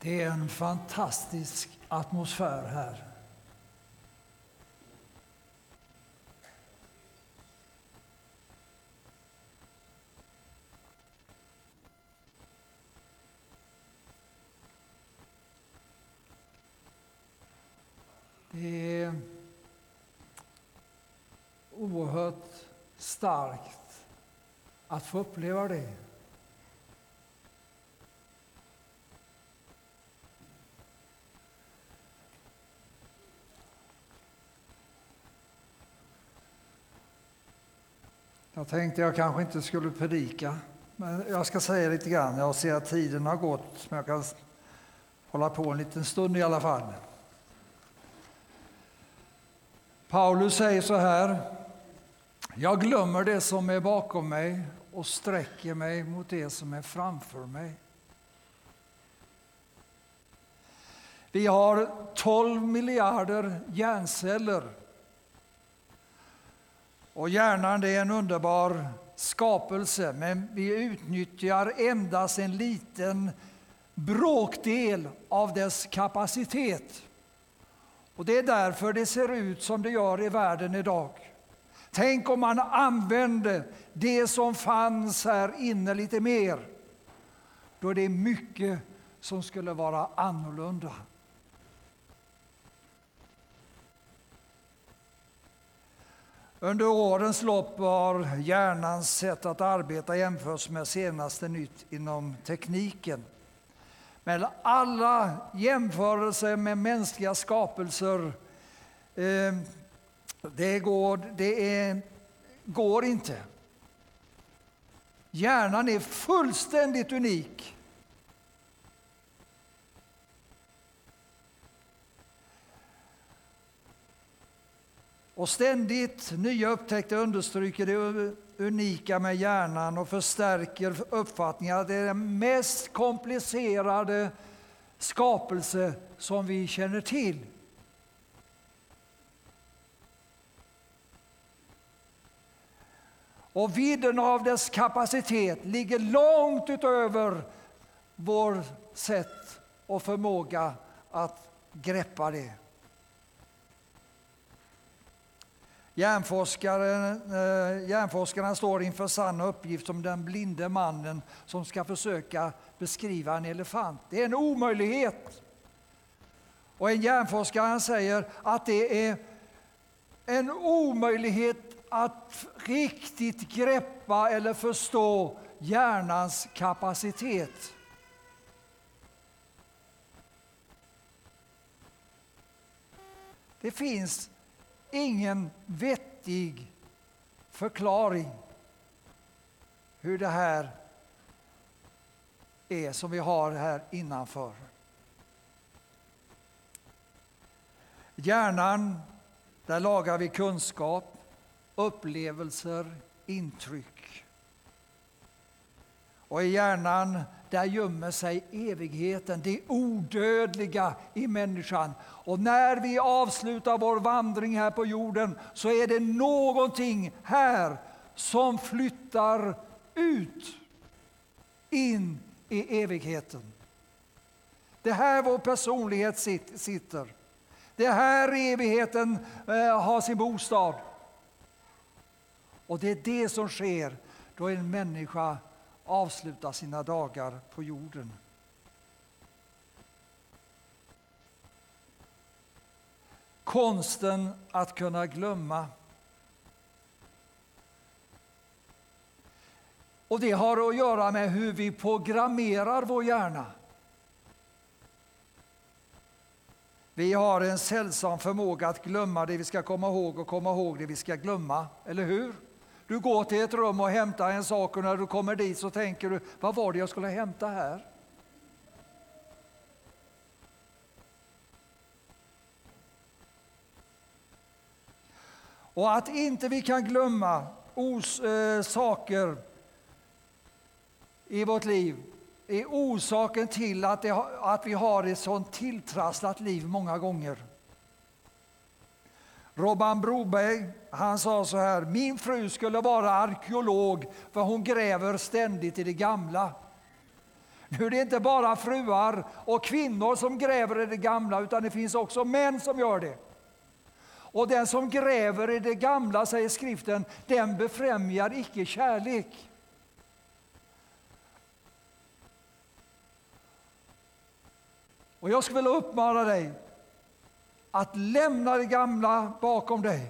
Det är en fantastisk atmosfär här. Det är oerhört starkt att få uppleva det. Jag tänkte jag kanske inte skulle predika, men jag ska säga lite grann. Jag ser att tiden har gått, men jag kan hålla på en liten stund i alla fall. Paulus säger så här: jag glömmer det som är bakom mig och sträcker mig mot det som är framför mig. Vi har 12 miljarder hjärnceller. Och hjärnan är en underbar skapelse, men vi utnyttjar endast en liten bråkdel av dess kapacitet. Och det är därför det ser ut som det gör i världen idag. Tänk om man använde det som fanns här inne lite mer. Då är det mycket som skulle vara annorlunda. Under årens lopp har hjärnans sätt att arbeta jämförts med senaste nytt inom tekniken. Men alla jämförelser med mänskliga skapelser, det går inte. Hjärnan är fullständigt unik. Och ständigt nya upptäckter understryker det unika med hjärnan och förstärker uppfattningen att det är den mest komplicerade skapelse som vi känner till. Och vidden av dess kapacitet ligger långt utöver vår sätt och förmåga att greppa det. Hjärnforskarna står inför samma uppgift som den blinde mannen som ska försöka beskriva en elefant. Det är en omöjlighet. Och en hjärnforskare säger att det är en omöjlighet att riktigt greppa eller förstå hjärnans kapacitet. Det finns ingen vettig förklaring hur det här är som vi har här innanför. Hjärnan, där lagar vi kunskap, upplevelser, intryck. Och i hjärnan, där gömmer sig evigheten, det odödliga i människan. Och när vi avslutar vår vandring här på jorden så är det någonting här som flyttar ut in i evigheten. Det här vår personlighet sitter. Det här evigheten har sin bostad. Och det är det som sker då en människa avslutar sina dagar på jorden. Konsten att kunna glömma. Och det har att göra med hur vi programmerar vår hjärna. Vi har en sällsam förmåga att glömma det vi ska komma ihåg och komma ihåg det vi ska glömma, eller hur? Du går till ett rum och hämtar en sak och när du kommer dit så tänker du, vad var det jag skulle hämta här? Och att inte vi kan glömma saker i vårt liv är orsaken till att vi har ett sånt tilltrasslat liv många gånger. Robban Broberg, han sa så här: min fru skulle vara arkeolog för hon gräver ständigt i det gamla. Nu är det inte bara fruar och kvinnor som gräver i det gamla, utan det finns också män som gör det. Och den som gräver i det gamla, säger skriften, den befrämjar icke kärlek. Och jag skulle vilja uppmana dig att lämna det gamla bakom dig.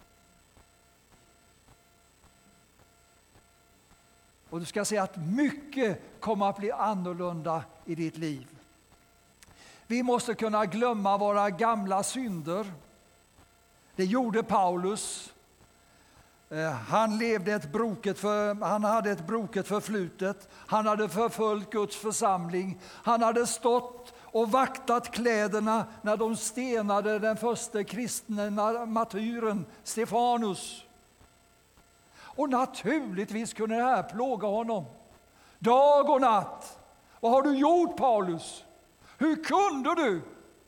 Och du ska se att mycket kommer att bli annorlunda i ditt liv. Vi måste kunna glömma våra gamla synder. Det gjorde Paulus. Han hade ett broket förflutet. Han hade förföljt Guds församling. Han hade stått och vaktat kläderna när de stenade den första kristna martyren, Stefanus. Och naturligtvis kunde det här plåga honom. Dag och natt. Vad har du gjort, Paulus? Hur kunde du?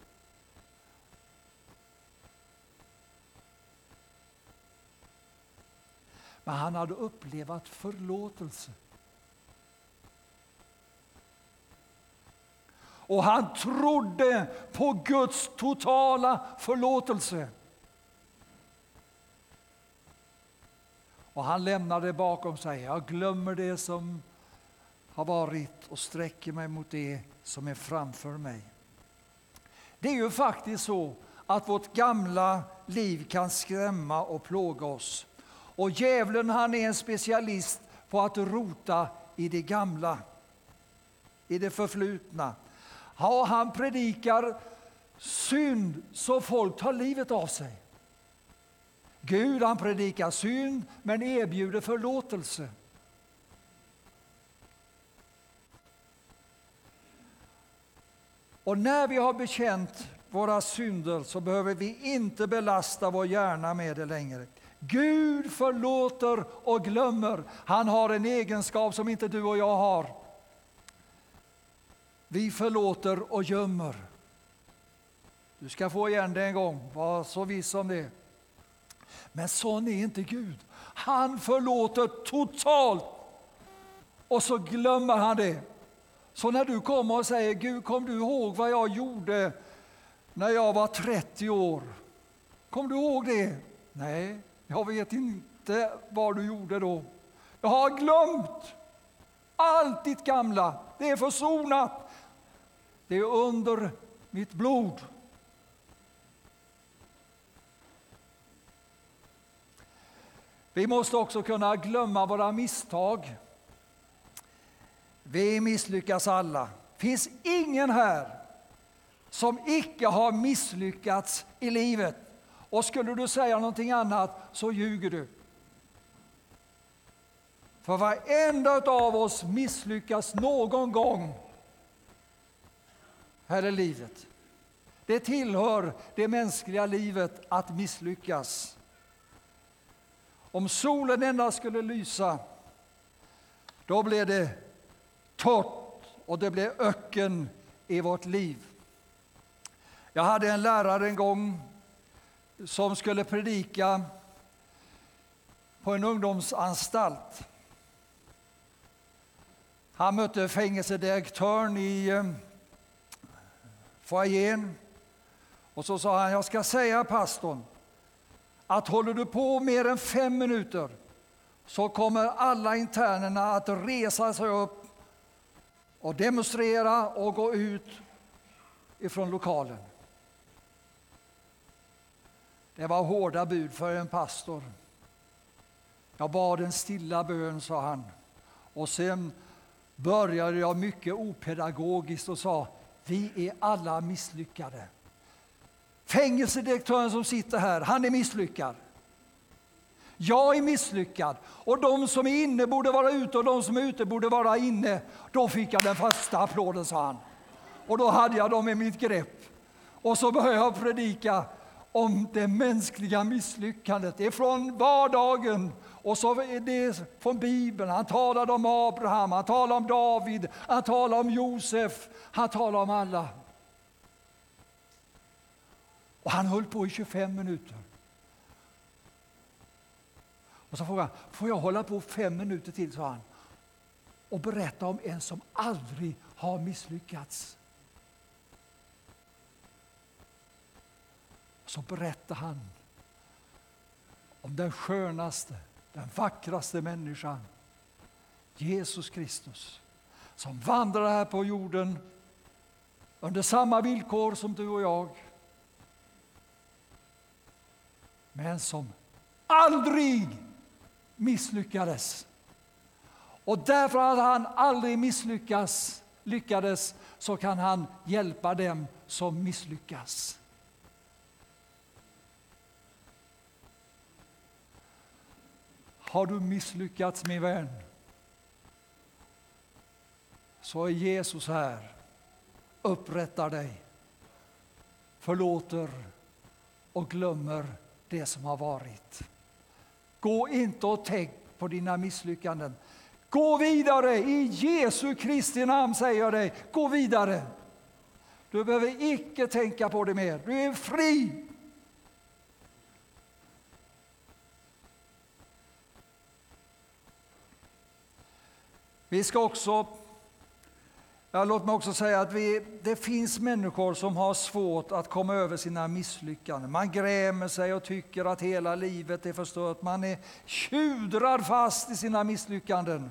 Men han hade upplevt förlåtelse. Och han trodde på Guds totala förlåtelse. Och han lämnade bakom sig. Jag glömmer det som har varit och sträcker mig mot det som är framför mig. Det är ju faktiskt så att vårt gamla liv kan skrämma och plåga oss. Och djävulen, han är en specialist på att rota i det gamla, i det förflutna. Ja, han predikar synd så folk tar livet av sig. Gud, han predikar synd men erbjuder förlåtelse. Och när vi har bekänt våra synder så behöver vi inte belasta vår hjärna med det längre. Gud förlåter och glömmer. Han har en egenskap som inte du och jag har. Vi förlåter och gömmer. Du ska få igen det en gång, var så viss om det. Men sån är inte Gud. Han förlåter totalt och så glömmer han det. Så när du kommer och säger, Gud, kom du ihåg vad jag gjorde när jag var 30 år? Kom du ihåg det? Nej, jag vet inte vad du gjorde då. Jag har glömt allt ditt gamla. Det är försonat. Det är under mitt blod. Vi måste också kunna glömma våra misstag. Vi misslyckas alla. Det finns ingen här som icke har misslyckats i livet. Och skulle du säga någonting annat så ljuger du. För varenda av oss misslyckas någon gång här i livet. Det tillhör det mänskliga livet att misslyckas. Om solen endast skulle lysa, då blev det torrt och det blev öken i vårt liv. Jag hade en lärare en gång som skulle predika på en ungdomsanstalt. Han mötte fängelsedirektören i foajén och så sa han, jag ska säga pastorn att håller du på mer än 5 minuter så kommer alla internerna att resa sig upp och demonstrera och gå ut ifrån lokalen. Det var hårda bud för en pastor. Jag bad en stilla bön, sa han. Och sen började jag mycket opedagogiskt och sa, vi är alla misslyckade. Fängelsedirektören som sitter här, han är misslyckad. Jag är misslyckad. Och de som är inne borde vara ute och de som är ute borde vara inne. Då fick jag den första applåden, sa han. Och då hade jag dem i mitt grepp. Och så började jag predika om det mänskliga misslyckandet. Det är från vardagen. Och så är det från Bibeln. Han talade om Abraham, han talade om David, han talade om Josef, han talade om alla. Och han höll på i 25 minuter. Och så frågade han, får jag hålla på 5 minuter till, sa han. Och berätta om en som aldrig har misslyckats. Så berättar han om den skönaste, den vackraste människan, Jesus Kristus, som vandrar här på jorden under samma villkor som du och jag, men som aldrig misslyckades. Och därför att han aldrig lyckades, så kan han hjälpa dem som misslyckas. Har du misslyckats, min vän, så är Jesus här, upprättar dig, förlåter och glömmer det som har varit. Gå inte och tänk på dina misslyckanden. Gå vidare i Jesu Kristi namn, säger jag dig. Gå vidare. Du behöver icke tänka på det mer. Du är fri. Vi ska också, låt mig också säga att det finns människor som har svårt att komma över sina misslyckanden. Man grämer sig och tycker att hela livet är förstört. Man är tjudrad fast i sina misslyckanden.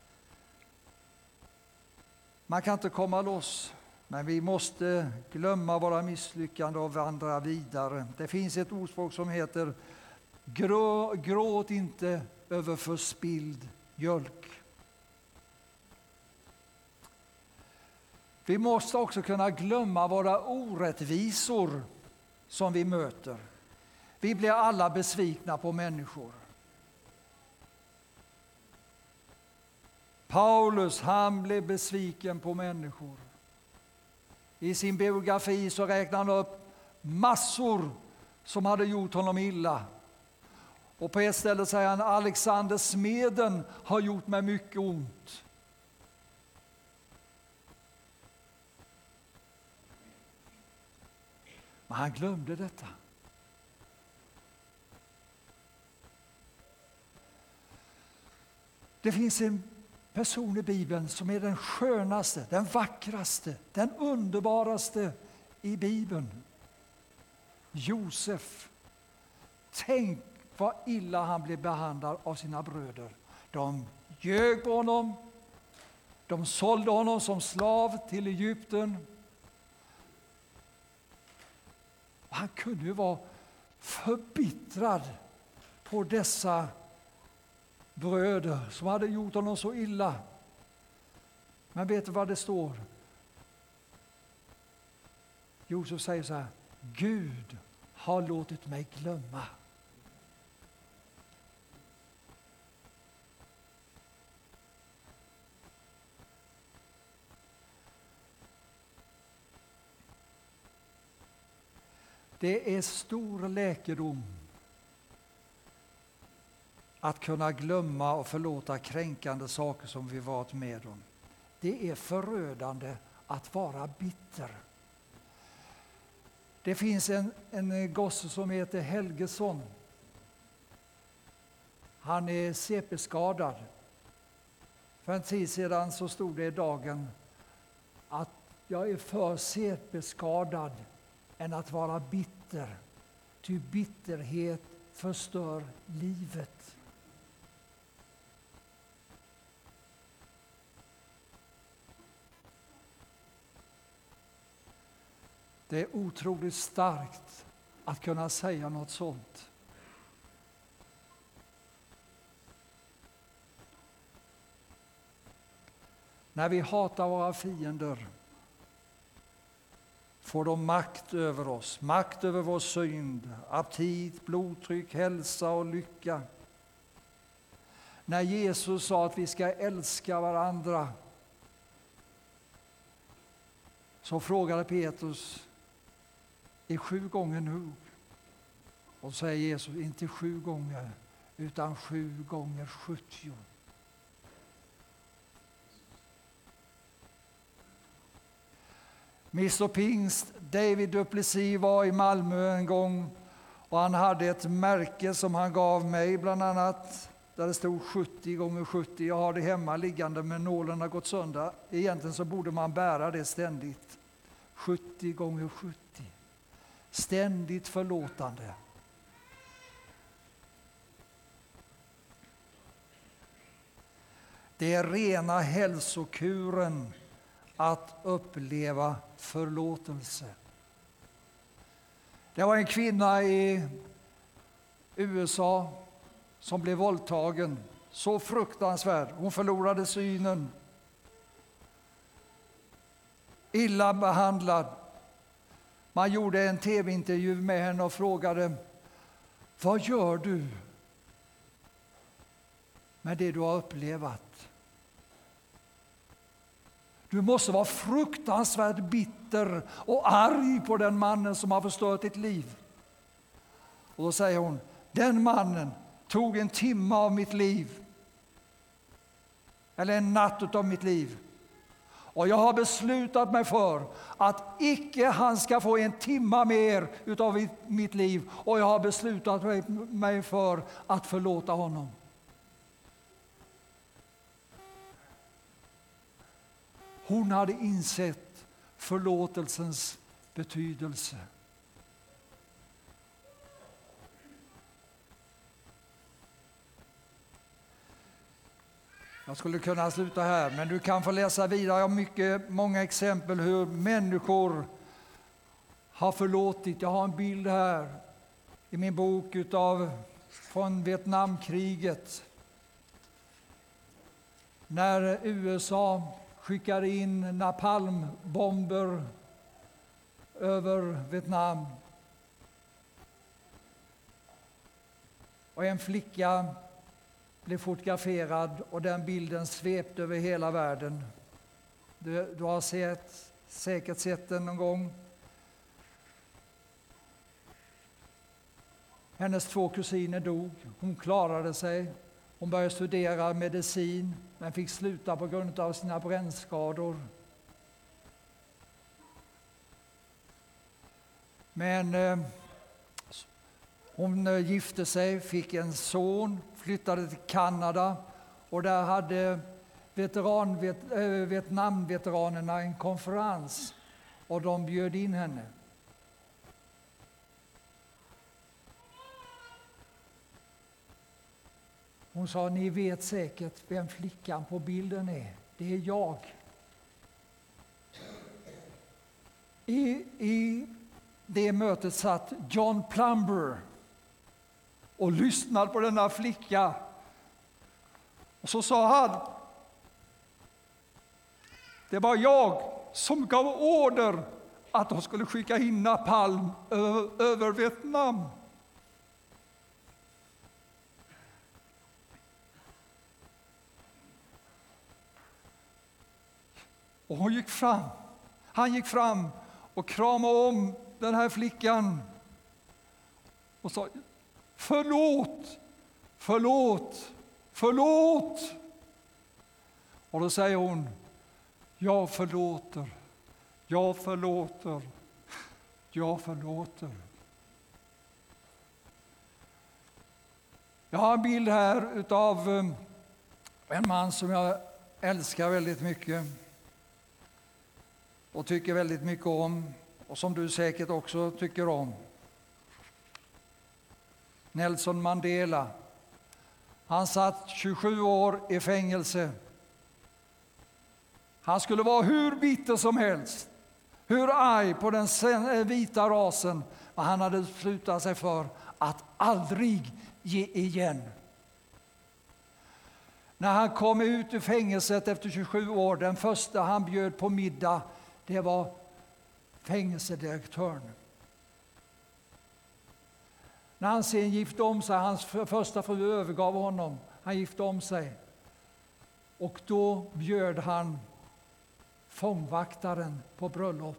Man kan inte komma loss, men vi måste glömma våra misslyckanden och vandra vidare. Det finns ett ordspråk som heter gråt inte över förspilld mjölk. Vi måste också kunna glömma våra orättvisor som vi möter. Vi blir alla besvikna på människor. Paulus, han blev besviken på människor. I sin biografi så räknar han upp massor som hade gjort honom illa. Och på ett ställe säger han: Alexander smeden har gjort mig mycket ont. Men han glömde detta. Det finns en person i Bibeln som är den skönaste, den vackraste, den underbaraste i Bibeln. Josef. Tänk vad illa han blev behandlad av sina bröder. De ljög på honom. De sålde honom som slav till Egypten. Och han kunde ju vara förbittrad på dessa bröder som hade gjort honom så illa. Men vet du vad det står? Josef säger så här: Gud har låtit mig glömma. Det är stor läkedom att kunna glömma och förlåta kränkande saker som vi varit med om. Det är förödande att vara bitter. Det finns en gosse som heter Helgesson. Han är CP-skadad. För en tid sedan så stod det i Dagen att jag är för CP-skadad än att vara bitter. Ty bitterhet förstör livet. Det är otroligt starkt att kunna säga något sånt. När vi hatar våra fiender får de makt över oss, makt över vår synd, aptit, blodtryck, hälsa och lycka. När Jesus sa att vi ska älska varandra, så frågade Petrus: är 7 gånger nog? Och säger Jesus: inte 7 gånger, utan 7 gånger 70. Mr Pingst, David Duplessis, var i Malmö en gång och han hade ett märke som han gav mig bland annat. där det stod 70 gånger 70. Jag har det hemma liggande men nålen har gått sönder. Egentligen så borde man bära det ständigt. 70 gånger 70. Ständigt förlåtande. Det är rena hälsokuren att uppleva förlåtelse. Det var en kvinna i USA som blev våldtagen. Så fruktansvärd. Hon förlorade synen. Illa behandlad. Man gjorde en tv-intervju med henne och frågade: vad gör du med det du har upplevt? Du måste vara fruktansvärt bitter och arg på den mannen som har förstört ditt liv. Och då säger hon: den mannen tog en timme av mitt liv. Eller en natt av mitt liv. Och jag har beslutat mig för att icke han ska få en timme mer utav mitt liv. Och jag har beslutat mig för att förlåta honom. Hon hade insett förlåtelsens betydelse. Jag skulle kunna sluta här, men du kan få läsa vidare. Jag har många exempel hur människor har förlåtit. Jag har en bild här i min bok från Vietnamkriget. När USA skickade in napalmbomber över Vietnam. Och en flicka blev fotograferad och den bilden svepte över hela världen. Du har säkert sett den någon gång. Hennes 2 kusiner dog. Hon klarade sig. Hon började studera medicin men fick sluta på grund av sina brännskador. Men hon gifte sig, fick en son, flyttade till Kanada och där hade Vietnamveteranerna en konferens och de bjöd in henne. Hon sa: ni vet säkert vem flickan på bilden är. Det är jag. I det mötet satt John Plumber och lyssnade på denna flicka. Och så sa han: det var jag som gav order att de skulle skicka in napalm över Vietnam. Och han gick fram och kramade om den här flickan och sa: förlåt, förlåt, förlåt. Och då säger hon: jag förlåter, jag förlåter, jag förlåter. Jag har en bild här utav en man som jag älskar väldigt mycket och tycker väldigt mycket om, och som du säkert också tycker om. Nelson Mandela. Han satt 27 år i fängelse. Han skulle vara hur bitter som helst, hur arg på den vita rasen, men han hade beslutat sig för att aldrig ge igen. När han kom ut ur fängelset efter 27 år, den första han bjöd på middag, det var fängelsedirektören. När han sen gifte om sig, hans första fru övergav honom, han gifte om sig. Och då bjöd han fångvaktaren på bröllop.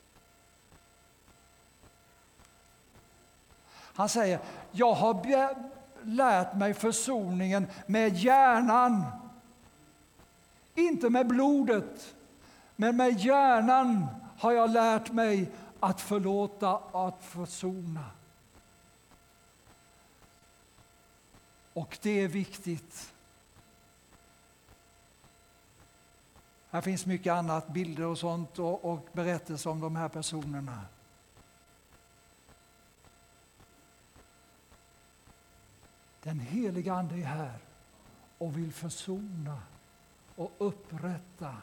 Han säger: jag har lärt mig försoningen med hjärnan. Inte med blodet, men med hjärnan har jag lärt mig att förlåta, att försona. Och det är viktigt. Här finns mycket annat, bilder och sånt och berättelser om de här personerna. Den heliga Ande är här och vill försona och upprätta.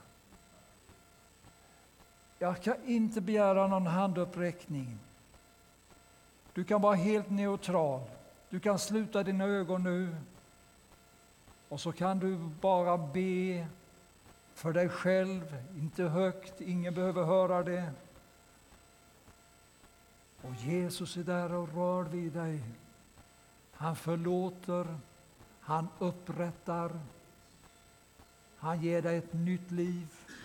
Jag kan inte begära någon handuppräckning. Du kan vara helt neutral. Du kan sluta dina ögon nu. Och så kan du bara be för dig själv, inte högt, ingen behöver höra det. Och Jesus är där och rör vid dig. Han förlåter, han upprättar, han ger dig ett nytt liv.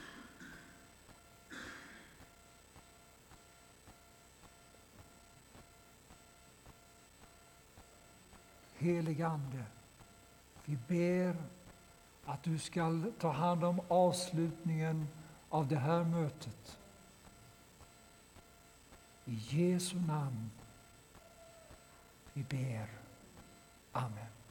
Helige Ande, vi ber att du ska ta hand om avslutningen av det här mötet. I Jesu namn vi ber. Amen.